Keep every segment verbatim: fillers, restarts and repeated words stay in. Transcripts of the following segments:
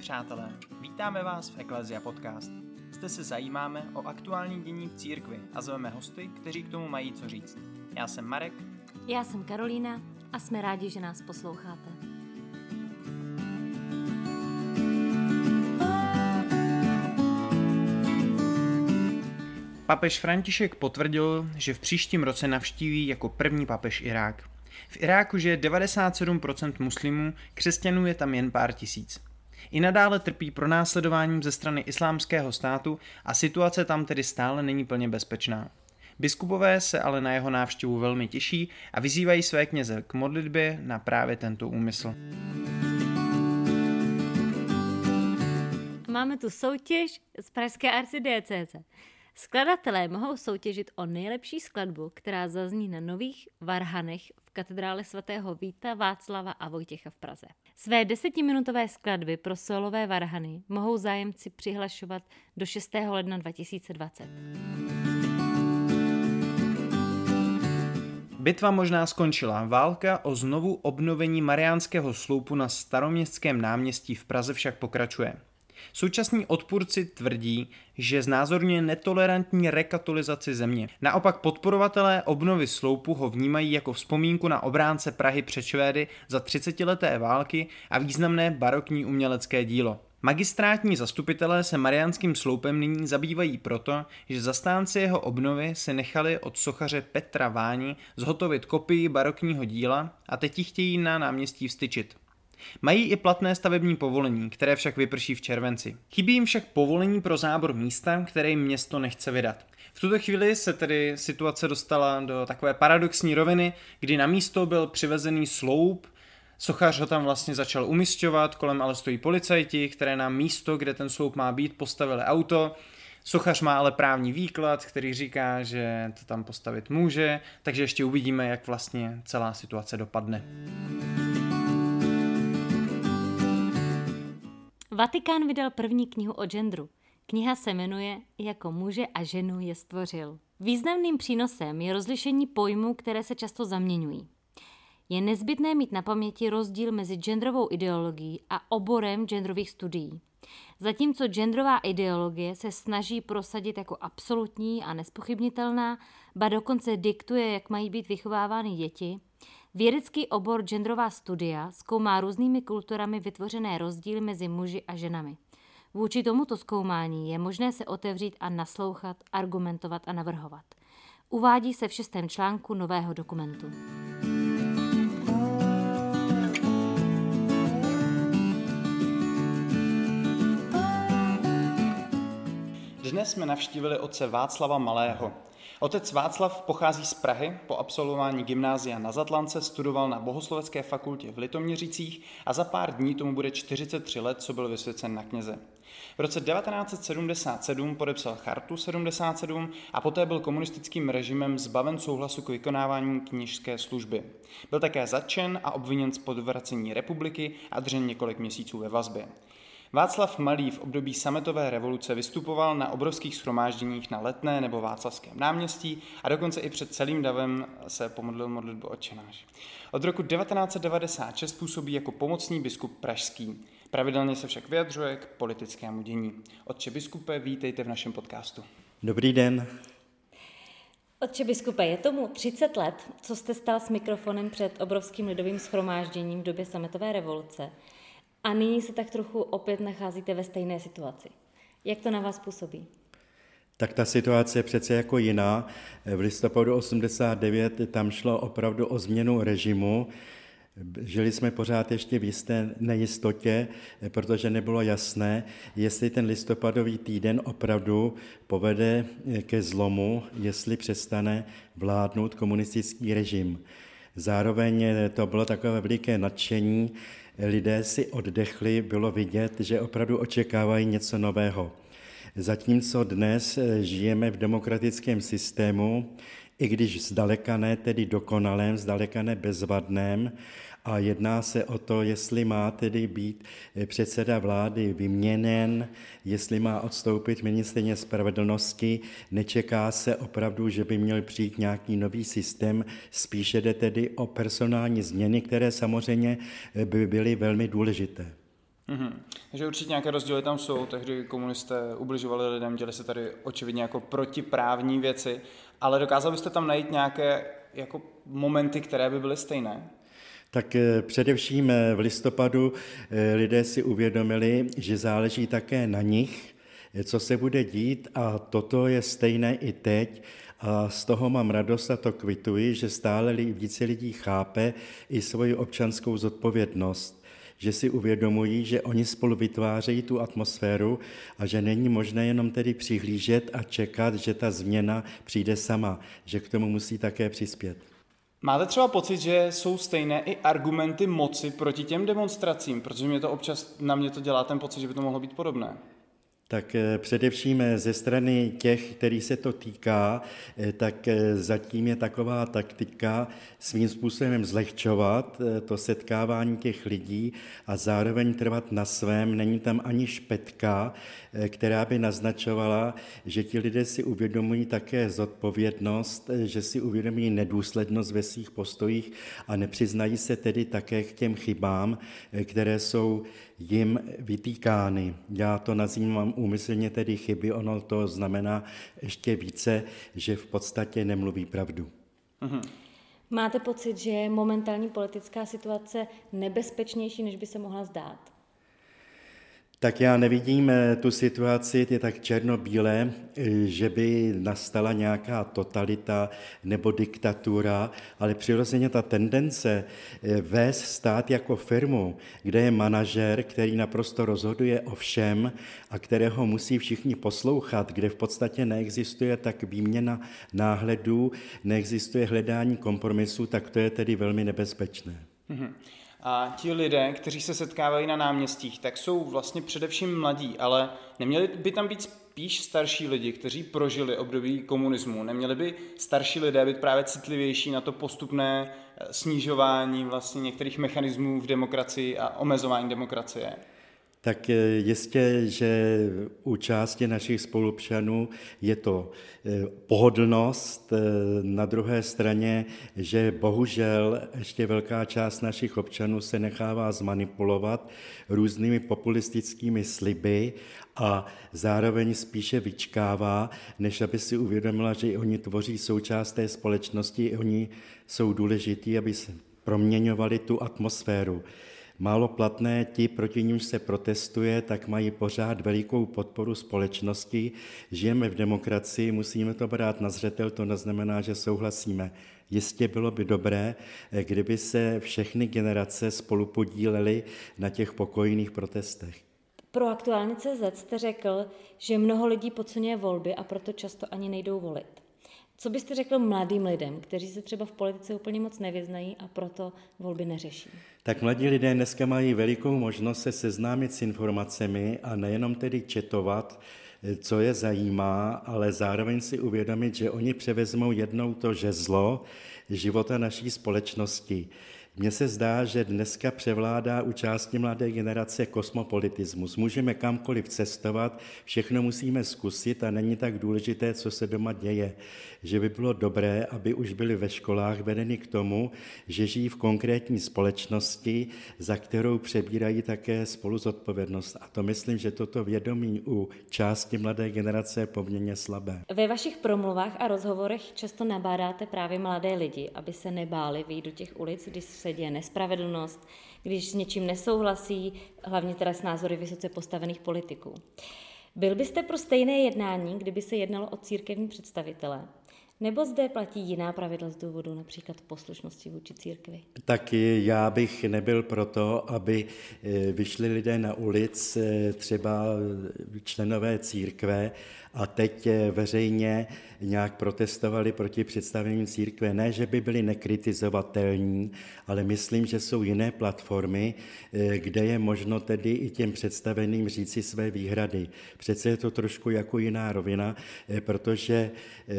přátelé, vítáme vás v Ecclesia Podcast. Zde se zajímáme o aktuální dění v církvi a zveme hosty, kteří k tomu mají co říct. Já jsem Marek. Já jsem Karolína a jsme rádi, že nás posloucháte. Papež František potvrdil, že v příštím roce navštíví jako první papež Irák. V Iráku žije devadesát sedm procent muslimů, křesťanů je tam jen pár tisíc. I nadále trpí pronásledováním ze strany islámského státu a situace tam tedy stále není plně bezpečná. Biskupové se ale na jeho návštěvu velmi těší a vyzývají své kněze k modlitbě na právě tento úmysl. Máme tu soutěž z pražské arcidiecéze. Skladatelé mohou soutěžit o nejlepší skladbu, která zazní na nových varhanech v katedrále svatého Víta, Václava a Vojtěcha v Praze. Své desetiminutové skladby pro solové varhany mohou zájemci přihlašovat do šestého ledna dva tisíce dvacet. Bitva možná skončila, válka o znovu obnovení Mariánského sloupu na Staroměstském náměstí v Praze však pokračuje. Současní odpůrci tvrdí, že znázorňuje netolerantní rekatolizaci země. Naopak podporovatelé obnovy sloupu ho vnímají jako vzpomínku na obránce Prahy před Švédy za třicetileté války a významné barokní umělecké dílo. Magistrátní zastupitelé se Mariánským sloupem nyní zabývají proto, že zastánci jeho obnovy se nechali od sochaře Petra Váni zhotovit kopii barokního díla a teď ji chtějí na náměstí vstyčit. Mají i platné stavební povolení, které však vyprší v červenci. Chybí jim však povolení pro zábor místa, které jim město nechce vydat. V tuto chvíli se tedy situace dostala do takové paradoxní roviny, kdy na místo byl přivezený sloup, sochař ho tam vlastně začal umisťovat, kolem ale stojí policajti, které na místo, kde ten sloup má být, postavili auto. Sochař má ale právní výklad, který říká, že to tam postavit může, takže ještě uvidíme, jak vlastně celá situace dopadne. Vatikán vydal první knihu o genderu. Kniha se jmenuje Jako muže a ženu je stvořil. Významným přínosem je rozlišení pojmů, které se často zaměňují. Je nezbytné mít na paměti rozdíl mezi genderovou ideologií a oborem genderových studií. Zatímco genderová ideologie se snaží prosadit jako absolutní a nezpochybnitelná, ba dokonce diktuje, jak mají být vychovávány děti, vědecký obor genderová studia zkoumá různými kulturami vytvořené rozdíly mezi muži a ženami. Vůči tomuto zkoumání je možné se otevřít a naslouchat, argumentovat a navrhovat. Uvádí se v šestém článku nového dokumentu. Dnes jsme navštívili otce Václava Malého. Otec Václav pochází z Prahy, po absolvování gymnázia na Zatlance studoval na Bohoslovecké fakultě v Litoměřicích a za pár dní tomu bude čtyřicet tři let, co byl vysvěcen na kněze. V roce devatenáct set sedmdesát sedm podepsal Chartu sedmdesát sedm a poté byl komunistickým režimem zbaven souhlasu k vykonávání kněžské služby. Byl také zatčen a obviněn z podvracení republiky a držen několik měsíců ve vazbě. Václav Malý v období sametové revoluce vystupoval na obrovských shromážděních na Letné nebo Václavském náměstí a dokonce i před celým davem se pomodlil modlitbu Otčenáš. Od roku devatenáct set devadesát šest působí jako pomocný biskup pražský. Pravidelně se však vyjadřuje k politickému dění. Otče biskupe, vítejte v našem podcastu. Dobrý den. Otče biskupe, je tomu třicet let, co jste stál s mikrofonem před obrovským lidovým shromážděním v době sametové revoluce. A nyní se tak trochu opět nacházíte ve stejné situaci. Jak to na vás působí? Tak ta situace je přece jako jiná. V listopadu osmdesát devět tam šlo opravdu o změnu režimu. Žili jsme pořád ještě v jisté nejistotě, protože nebylo jasné, jestli ten listopadový týden opravdu povede ke zlomu, jestli přestane vládnout komunistický režim. Zároveň to bylo takové veliké nadšení, lidé si oddechli, bylo vidět, že opravdu očekávají něco nového. Zatímco dnes žijeme v demokratickém systému, i když zdaleka ne tedy dokonalém, zdaleka ne bezvadném, a jedná se o to, jestli má tedy být předseda vlády vyměněn, jestli má odstoupit ministryně spravedlnosti. Nečeká se opravdu, že by měl přijít nějaký nový systém, spíše jde tedy o personální změny, které samozřejmě by byly velmi důležité. Mm-hmm. Takže určitě nějaké rozdíly tam jsou, tehdy komunisté ubližovali lidem, děli se tady očividně jako protiprávní věci, ale dokázal byste tam najít nějaké jako momenty, které by byly stejné? Tak především v listopadu lidé si uvědomili, že záleží také na nich, co se bude dít, a toto je stejné i teď. A z toho mám radost a to kvituji, že stále více lidí chápe i svoji občanskou zodpovědnost, že si uvědomují, že oni spolu vytvářejí tu atmosféru a že není možné jenom tedy přihlížet a čekat, že ta změna přijde sama, že k tomu musí také přispět. Máte třeba pocit, že jsou stejné i argumenty moci proti těm demonstracím, protože mě to občas, na mě to dělá ten pocit, že by to mohlo být podobné? Tak především ze strany těch, který se to týká, tak zatím je taková taktika svým způsobem zlehčovat to setkávání těch lidí a zároveň trvat na svém. Není tam ani špetka, která by naznačovala, že ti lidé si uvědomují také zodpovědnost, že si uvědomují nedůslednost ve svých postojích a nepřiznají se tedy také k těm chybám, které jsou jim vytýkány. Já to nazývám úmyslně tedy chyby, ono to znamená ještě více, že v podstatě nemluví pravdu. Mhm. Máte pocit, že je momentální politická situace nebezpečnější, než by se mohla zdát? Tak já nevidím tu situaci, je tak černobílé, že by nastala nějaká totalita nebo diktatura, ale přirozeně ta tendence vést stát jako firmu, kde je manažer, který naprosto rozhoduje o všem a kterého musí všichni poslouchat, kde v podstatě neexistuje tak výměna náhledů, neexistuje hledání kompromisu, tak to je tedy velmi nebezpečné. Mm-hmm. A ti lidé, kteří se setkávají na náměstích, tak jsou vlastně především mladí, ale neměli by tam být spíš starší lidi, kteří prožili období komunismu. Neměli by starší lidé být právě citlivější na to postupné snižování vlastně některých mechanismů v demokracii a omezování demokracie? Tak jistě, že u části našich spoluobčanů je to pohodlnost, na druhé straně, že bohužel ještě velká část našich občanů se nechává zmanipulovat různými populistickými sliby a zároveň spíše vyčkává, než aby si uvědomila, že i oni tvoří součást té společnosti, i oni jsou důležití, aby se proměňovali tu atmosféru. Málo platné, ti, proti nímž se protestuje, tak mají pořád velikou podporu společnosti. Žijeme v demokracii, musíme to brát na zřetel, to neznamená, že souhlasíme. Jistě bylo by dobré, kdyby se všechny generace spolu podílely na těch pokojných protestech. Pro Aktuálně tečka cé zet jste řekl, že mnoho lidí podceňuje volby a proto často ani nejdou volit. Co byste řekl mladým lidem, kteří se třeba v politice úplně moc nevyznají a proto volby neřeší? Tak mladí lidé dneska mají velikou možnost se seznámit s informacemi a nejenom tedy četovat, co je zajímá, ale zároveň si uvědomit, že oni převezmou jednou to žezlo života naší společnosti. Mně se zdá, že dneska převládá u části mladé generace kosmopolitismus. Můžeme kamkoliv cestovat, všechno musíme zkusit a není tak důležité, co se doma děje. Že by bylo dobré, aby už byli ve školách vedeni k tomu, že žijí v konkrétní společnosti, za kterou přebírají také spoluzodpovědnost. A to myslím, že toto vědomí u části mladé generace je poměrně slabé. Ve vašich promluvách a rozhovorech často nabádáte právě mladé lidi, aby se nebáli vyjít do těch ulic, když se děje nespravedlnost, když s něčím nesouhlasí, hlavně teda s názory vysoce postavených politiků. Byl byste pro stejné jednání, kdyby se jednalo o církevní představitele? Nebo zde platí jiná pravidla z důvodu například poslušnosti vůči církvi? Tak já bych nebyl proto, aby vyšli lidé na ulic, třeba členové církve, a teď veřejně nějak protestovali proti představením církve. Ne, že by byli nekritizovatelní, ale myslím, že jsou jiné platformy, kde je možno tedy i těm představeným říci své výhrady. Přece je to trošku jako jiná rovina, protože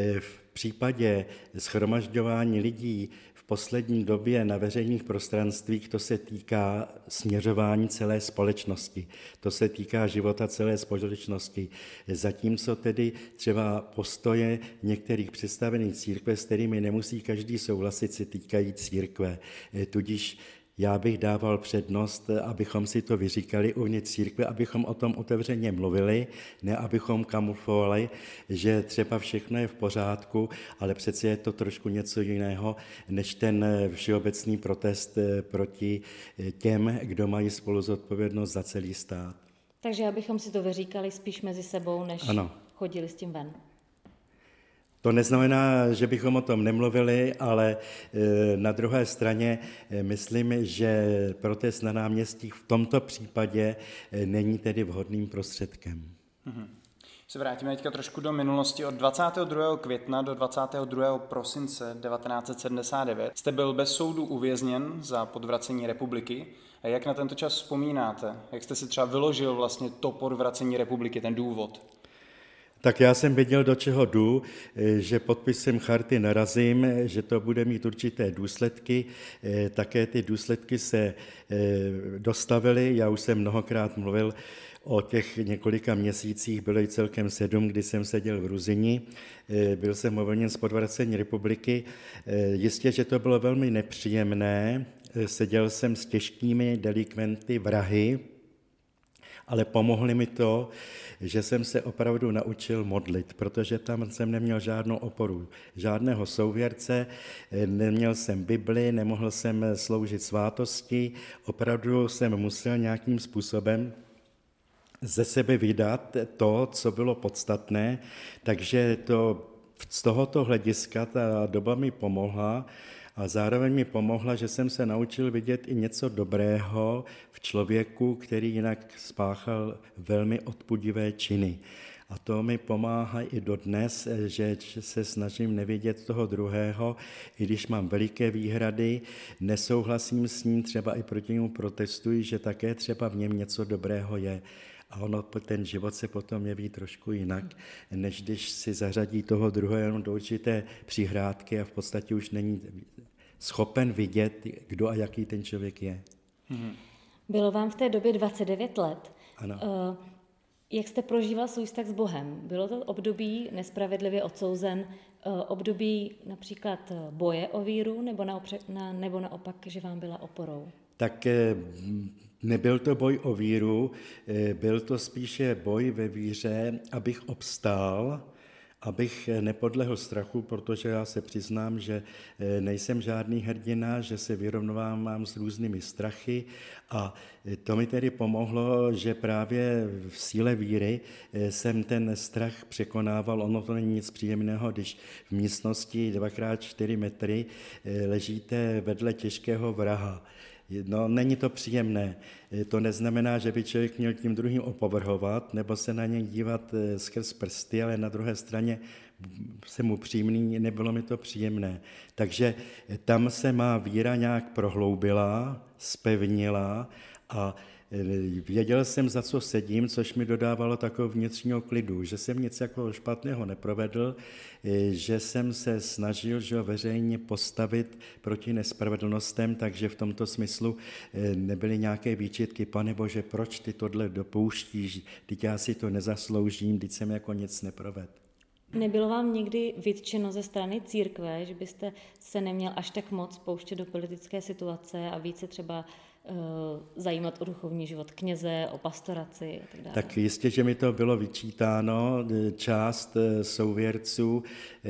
v případě shromažďování lidí v poslední době na veřejných prostranstvích to se týká směřování celé společnosti, to se týká života celé společnosti. Zatímco tedy třeba postoje některých představených církve, s kterými nemusí každý souhlasit, se týkají církve. Tudíž já bych dával přednost, abychom si to vyříkali uvnitř církve, abychom o tom otevřeně mluvili, ne abychom kamuflovali, že třeba všechno je v pořádku, ale přece je to trošku něco jiného, než ten všeobecný protest proti těm, kdo mají spolu zodpovědnost za celý stát. Takže abychom si to vyříkali spíš mezi sebou, než ano. chodili s tím ven. To neznamená, že bychom o tom nemluvili, ale na druhé straně myslím, že protest na náměstích v tomto případě není tedy vhodným prostředkem. Mhm. Se vrátíme teďka trošku do minulosti. Od dvacátého druhého května do dvacátého druhého prosince devatenáct set sedmdesát devět jste byl bez soudu uvězněn za podvracení republiky. A jak na tento čas vzpomínáte? Jak jste si třeba vyložil vlastně to podvracení republiky, ten důvod? Tak já jsem věděl, do čeho jdu, že podpisem charty narazím, že to bude mít určité důsledky. Také ty důsledky se dostavily. Já už jsem mnohokrát mluvil o těch několika měsících, bylo i celkem sedm, kdy jsem seděl v Ruzini. Byl jsem uvolněn z podvracení republiky. Jistě, že to bylo velmi nepříjemné. Seděl jsem s těžkými delikventy, vrahy, ale pomohli mi to, že jsem se opravdu naučil modlit, protože tam jsem neměl žádnou oporu, žádného souvěrce, neměl jsem Bibli, nemohl jsem sloužit svátosti, opravdu jsem musel nějakým způsobem ze sebe vydat to, co bylo podstatné, takže to, z tohoto hlediska ta doba mi pomohla. A zároveň mi pomohla, že jsem se naučil vidět i něco dobrého v člověku, který jinak spáchal velmi odpudivé činy. A to mi pomáhá i dodnes, že se snažím nevidět toho druhého, i když mám veliké výhrady, nesouhlasím s ním, třeba i proti němu protestuji, že také třeba v něm něco dobrého je. A ono, ten život se potom jeví trošku jinak, než když si zařadí toho druhého do určité přihrádky a v podstatě už není schopen vidět, kdo a jaký ten člověk je. Bylo vám v té době dvacet devět let. Ano. Jak jste prožíval svůj vztah s Bohem? Bylo to období nespravedlivě odsouzen, období například boje o víru, nebo, naopře- na, nebo naopak, že vám byla oporou? Tak nebyl to boj o víru, byl to spíše boj ve víře, abych obstál, abych nepodlehl strachu, protože já se přiznám, že nejsem žádný hrdina, že se vyrovnávám s různými strachy a to mi tedy pomohlo, že právě v síle víry jsem ten strach překonával. Ono to není nic příjemného, když v místnosti dva krát čtyři metry ležíte vedle těžkého vraha. No, není to příjemné. To neznamená, že by člověk měl tím druhým opovrhovat nebo se na něj dívat skrz prsty, ale na druhé straně jsem upřímný, nebylo mi to příjemné. Takže tam se má víra nějak prohloubila, zpevnila a věděl jsem, za co sedím, což mi dodávalo takového vnitřního klidu, že jsem nic jako špatného neprovedl, že jsem se snažil že veřejně postavit proti nespravedlnostem, takže v tomto smyslu nebyly nějaké výčitky, Pane Bože, proč ty tohle dopouštíš, teď já si to nezasloužím, teď jsem jako nic neprovedl. Nebylo vám někdy vytčeno ze strany církve, že byste se neměl až tak moc pouštět do politické situace a více třeba zajímat o duchovní život kněze, o pastoraci a tak dále? Tak jistě, že mi to bylo vyčítáno. Část souvěrců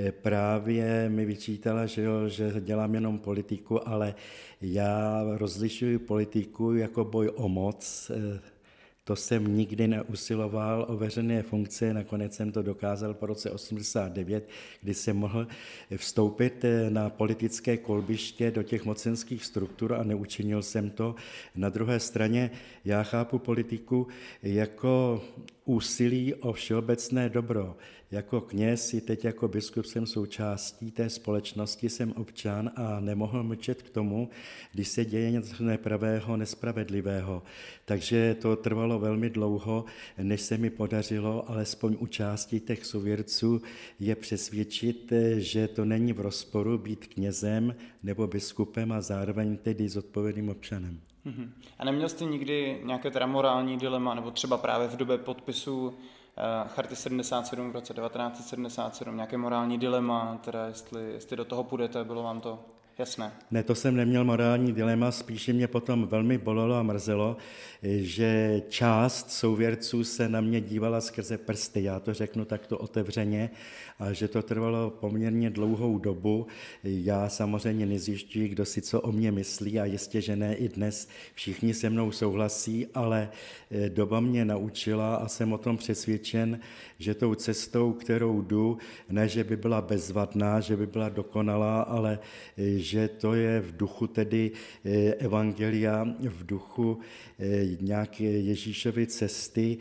právě mi vyčítala, že, jo, že dělám jenom politiku, ale já rozlišuji politiku jako boj o moc. To jsem nikdy neusiloval o veřejné funkce, nakonec jsem to dokázal po roce osmdesát devět, kdy jsem mohl vstoupit na politické kolbiště do těch mocenských struktur a neučinil jsem to. Na druhé straně já chápu politiku jako úsilí o všeobecné dobro. Jako kněz i teď jako biskup jsem součástí té společnosti, jsem občan a nemohl mlčet k tomu, když se děje něco nepravého, nespravedlivého. Takže to trvalo velmi dlouho, než se mi podařilo alespoň u části těch souvěrců je přesvědčit, že to není v rozporu být knězem nebo biskupem a zároveň tedy zodpovědným občanem. Mm-hmm. A neměl jste nikdy nějaké teda morální dilema, nebo třeba právě v době podpisu uh, Charty sedmdesát sedm v roce devatenáct set sedmdesát sedm, nějaké morální dilema, teda jestli, jestli do toho půjdete, bylo vám to Jasné. Ne, to jsem neměl morální dilema, spíše mě potom velmi bolelo a mrzelo, že část souvěrců se na mě dívala skrze prsty, já to řeknu takto otevřeně, a že to trvalo poměrně dlouhou dobu. Já samozřejmě nezjišťuji, kdo si co o mě myslí a jistě, že ne i dnes všichni se mnou souhlasí, ale doba mě naučila a jsem o tom přesvědčen, že tou cestou, kterou jdu, ne, že by byla bezvadná, že by byla dokonalá, ale že to je v duchu tedy evangelia, v duchu nějaké Ježíšovy cesty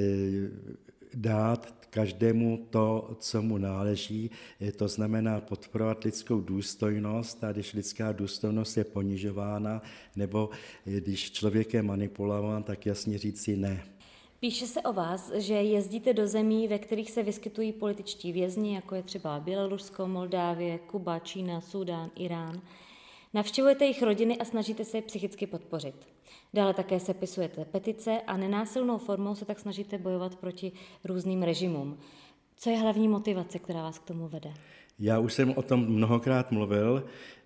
dát každému to, co mu náleží, to znamená podporovat lidskou důstojnost, a když lidská důstojnost je ponižována, nebo když člověk je manipulován, tak jasně říci ne. Píše se o vás, že jezdíte do zemí, ve kterých se vyskytují političtí vězni, jako je třeba Bělorusko, Moldávie, Kuba, Čína, Súdán, Irán. Navštěvujete jejich rodiny a snažíte se je psychicky podpořit. Dále také sepisujete petice a nenásilnou formou se tak snažíte bojovat proti různým režimům. Co je hlavní motivace, která vás k tomu vede? Já už jsem o tom mnohokrát mluvil,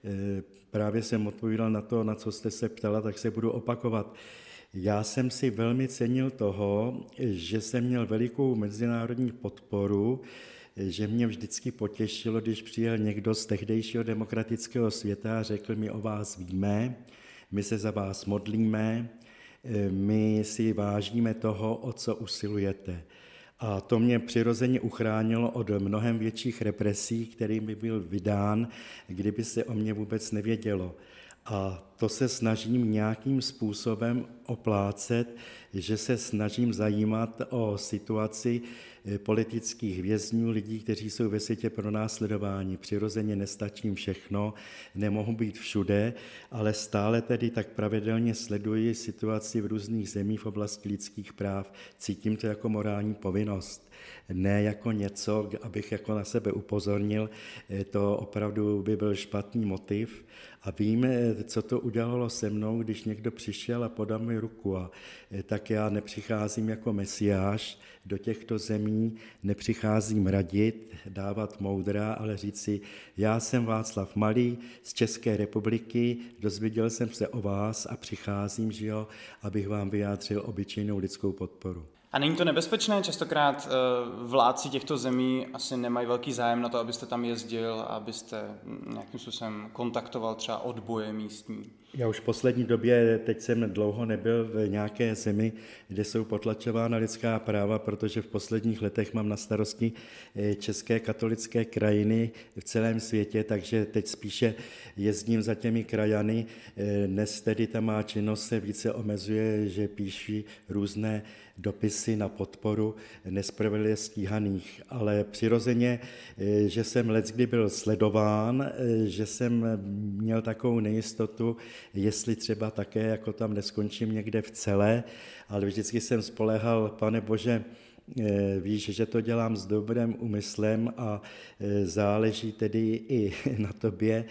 právě jsem odpovídal na to, na co jste se ptala, tak se budu opakovat. Já jsem si velmi cenil toho, že jsem měl velikou mezinárodní podporu, že mě vždycky potěšilo, když přijel někdo z tehdejšího demokratického světa a řekl, my o vás víme, my se za vás modlíme, my si vážíme toho, o co usilujete. A to mě přirozeně uchránilo od mnohem větších represí, kterým by byl vydán, kdyby se o mě vůbec nevědělo. A to se snažím nějakým způsobem oplácet, že se snažím zajímat o situaci politických vězňů, lidí, kteří jsou ve světě pronásledováni. Přirozeně nestačím všechno, nemohu být všude, ale stále tedy tak pravidelně sleduji situaci v různých zemích v oblasti lidských práv. Cítím to jako morální povinnost, ne jako něco, abych jako na sebe upozornil, to opravdu by byl špatný motiv. A vím, co to udělalo se mnou, když někdo přišel a podal mi ruku. A tak já nepřicházím jako mesiáš do těchto zemí, nepřicházím radit, dávat moudra, ale říci, já jsem Václav Malý z České republiky, dozvěděl jsem se o vás a přicházím, že jo, abych vám vyjádřil obyčejnou lidskou podporu. A není to nebezpečné? Častokrát vládci těchto zemí asi nemají velký zájem na to, abyste tam jezdil, abyste nějakým způsobem kontaktoval třeba odboje místní. Já už v poslední době, teď jsem dlouho nebyl v nějaké zemi, kde jsou potlačována lidská práva, protože v posledních letech mám na starosti české katolické krajiny v celém světě, takže teď spíše jezdím za těmi krajany. Dnes tedy ta má činnost se více omezuje, že píší různé dopisy na podporu nespravedlivě stíhaných, ale přirozeně, že jsem leckdy byl sledován, že jsem měl takovou nejistotu, jestli třeba také jako tam neskončím někde v celé, ale vždycky jsem spoléhal, Pane Bože, víš, že to dělám s dobrým úmyslem a záleží tedy i na tobě,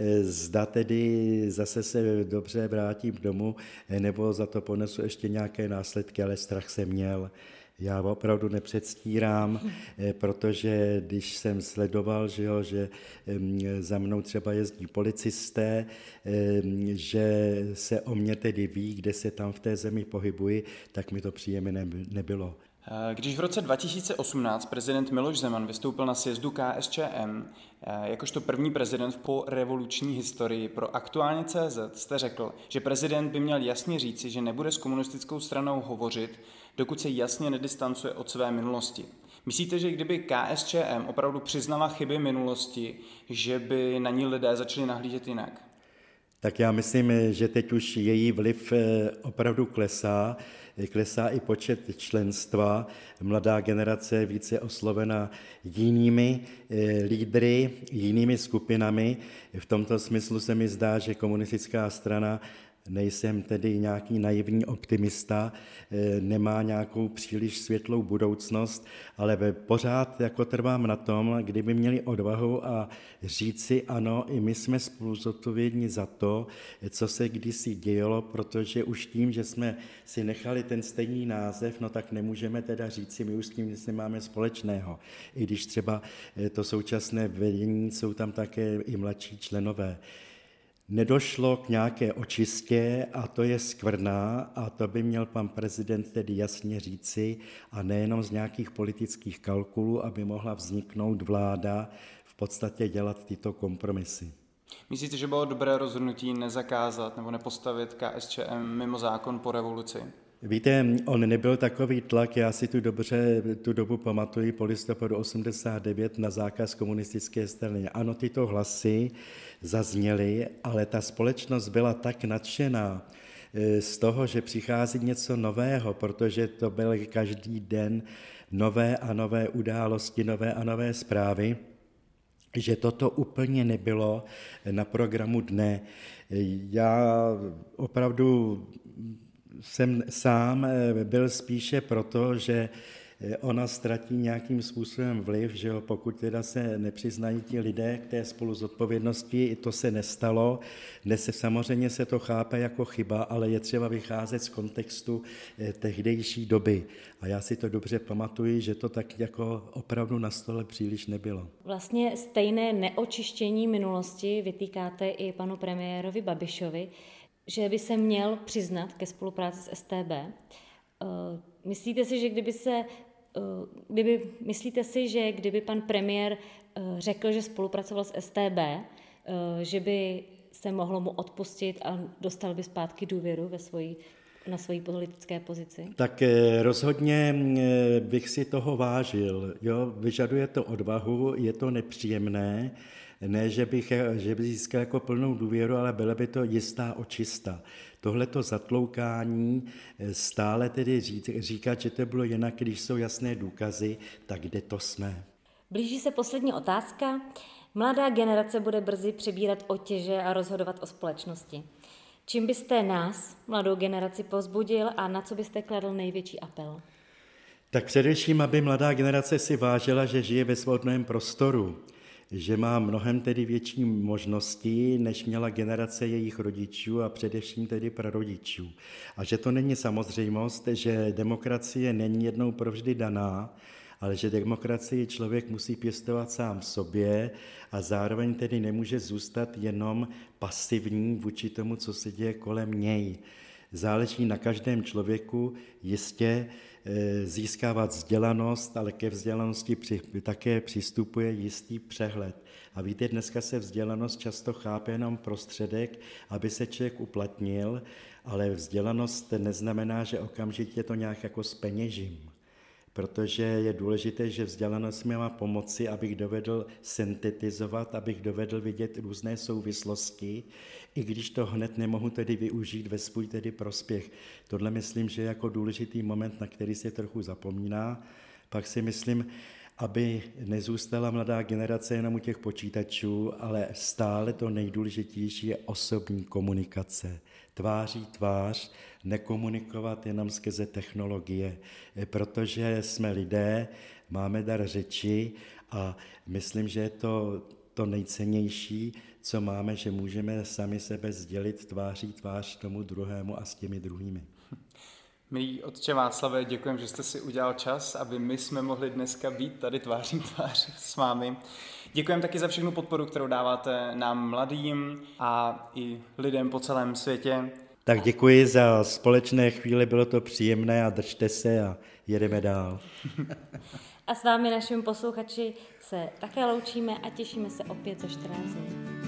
zda tedy zase se dobře vrátím domů, nebo za to ponesu ještě nějaké následky, ale strach jsem měl. Já opravdu nepředstírám, protože když jsem sledoval, že, jo, že za mnou třeba jezdí policisté, že se o mě tedy ví, kde se tam v té zemi pohybuji, tak mi to příjemné nebylo. Když v roce dva tisíce osmnáct prezident Miloš Zeman vystoupil na sjezdu K S Č M jakožto první prezident po revoluční historii pro Aktuálně tečka cé zet, jste řekl, že prezident by měl jasně říci, že nebude s komunistickou stranou hovořit, dokud se jasně nedistancuje od své minulosti. Myslíte, že kdyby K S Č M opravdu přiznala chyby minulosti, že by na ní lidé začali nahlížet jinak? Tak já myslím, že teď už její vliv opravdu klesá. Klesá i počet členstva. Mladá generace je více oslovena jinými lídry, jinými skupinami. V tomto smyslu se mi zdá, že komunistická strana, nejsem tedy nějaký naivní optimista, nemá nějakou příliš světlou budoucnost, ale pořád jako trvám na tom, kdyby měli odvahu a říci ano, i my jsme spolu zodpovědní za to, co se kdysi dělo, protože už tím, že jsme si nechali ten stejný název, no tak nemůžeme teda říci, my už s tím nic nemáme společného. I když třeba to současné vedení jsou tam také i mladší členové. nedošlo k nějaké očistě a to je skvrná a to by měl pan prezident tedy jasně říci a nejenom z nějakých politických kalkulů, aby mohla vzniknout vláda v podstatě dělat tyto kompromisy. Myslíte, že bylo dobré rozhodnutí nezakázat nebo nepostavit K S Č M mimo zákon po revoluci? Víte, on nebyl takový tlak, já si tu dobře tu dobu pamatuji po listopadu osmdesát devět na zákaz komunistické strany. Ano, tyto hlasy zazněly, ale ta společnost byla tak nadšená z toho, že přichází něco nového, protože to byly každý den nové a nové události, nové a nové zprávy, že toto úplně nebylo na programu dne. Já opravdu jsem sám byl spíše proto, že ona ztratí nějakým způsobem vliv, že jo, pokud teda se nepřiznají ti lidé k té spoluzodpovědnosti, i to se nestalo. Dnes se, samozřejmě se to chápe jako chyba, ale je třeba vycházet z kontextu tehdejší doby. A já si to dobře pamatuju, že to tak jako opravdu na stole příliš nebylo. Vlastně stejné neočištění minulosti vytýkáte i panu premiérovi Babišovi, že by se měl přiznat ke spolupráci s S T B. Myslíte si, že kdyby se, kdyby, myslíte si, že kdyby pan premiér řekl, že spolupracoval s S T B, že by se mohlo mu odpustit a dostal by zpátky důvěru ve svoji, na svojí politické pozici? Tak rozhodně bych si toho vážil. Jo? Vyžaduje to odvahu, je to nepříjemné, ne, že bych, že bych získal jako plnou důvěru, ale byla by to jistá očista. Tohleto zatloukání stále tedy říkat, že to bylo jinak, když jsou jasné důkazy, tak kde to jsme? Blíží se poslední otázka. Mladá generace bude brzy přebírat otěže a rozhodovat o společnosti. Čím byste nás, mladou generaci, povzbudil a na co byste kladl největší apel? Tak především, aby mladá generace si vážila, že žije ve svobodném prostoru, že má mnohem tedy větší možnosti, než měla generace jejich rodičů a především tedy prarodičů. A že to není samozřejmost, že demokracie není jednou provždy daná, ale že demokracii člověk musí pěstovat sám v sobě a zároveň tedy nemůže zůstat jenom pasivní vůči tomu, co se děje kolem něj. Záleží na každém člověku jistě získávat vzdělanost, ale ke vzdělanosti při, také přistupuje jistý přehled. A víte, dneska se vzdělanost často chápe jenom prostředek, aby se člověk uplatnil, ale vzdělanost neznamená, že okamžitě to nějak jako zpeněžím. Protože je důležité, že vzdělanost mi má pomoci, abych dovedl syntetizovat, abych dovedl vidět různé souvislosti, i když to hned nemohu tedy využít ve svůj tedy prospěch. Tohle myslím, že je jako důležitý moment, na který se trochu zapomíná. Pak si myslím, aby nezůstala mladá generace jenom u těch počítačů, ale stále to nejdůležitější je osobní komunikace. Tváří tvář, nekomunikovat jenom skrze technologie, protože jsme lidé, máme dar řeči a myslím, že je to to nejcennější, co máme, že můžeme sami sebe sdělit tváří tvář tomu druhému a s těmi druhými. Milý otče Václave, děkujeme, že jste si udělal čas, aby my jsme mohli dneska být tady tváří tvář s vámi. Děkujeme taky za všechnu podporu, kterou dáváte nám mladým a i lidem po celém světě. Tak děkuji za společné chvíle, bylo to příjemné a držte se a jedeme dál. A s vámi, našimi posluchači, se také loučíme a těšíme se opět za čtrnáct dní.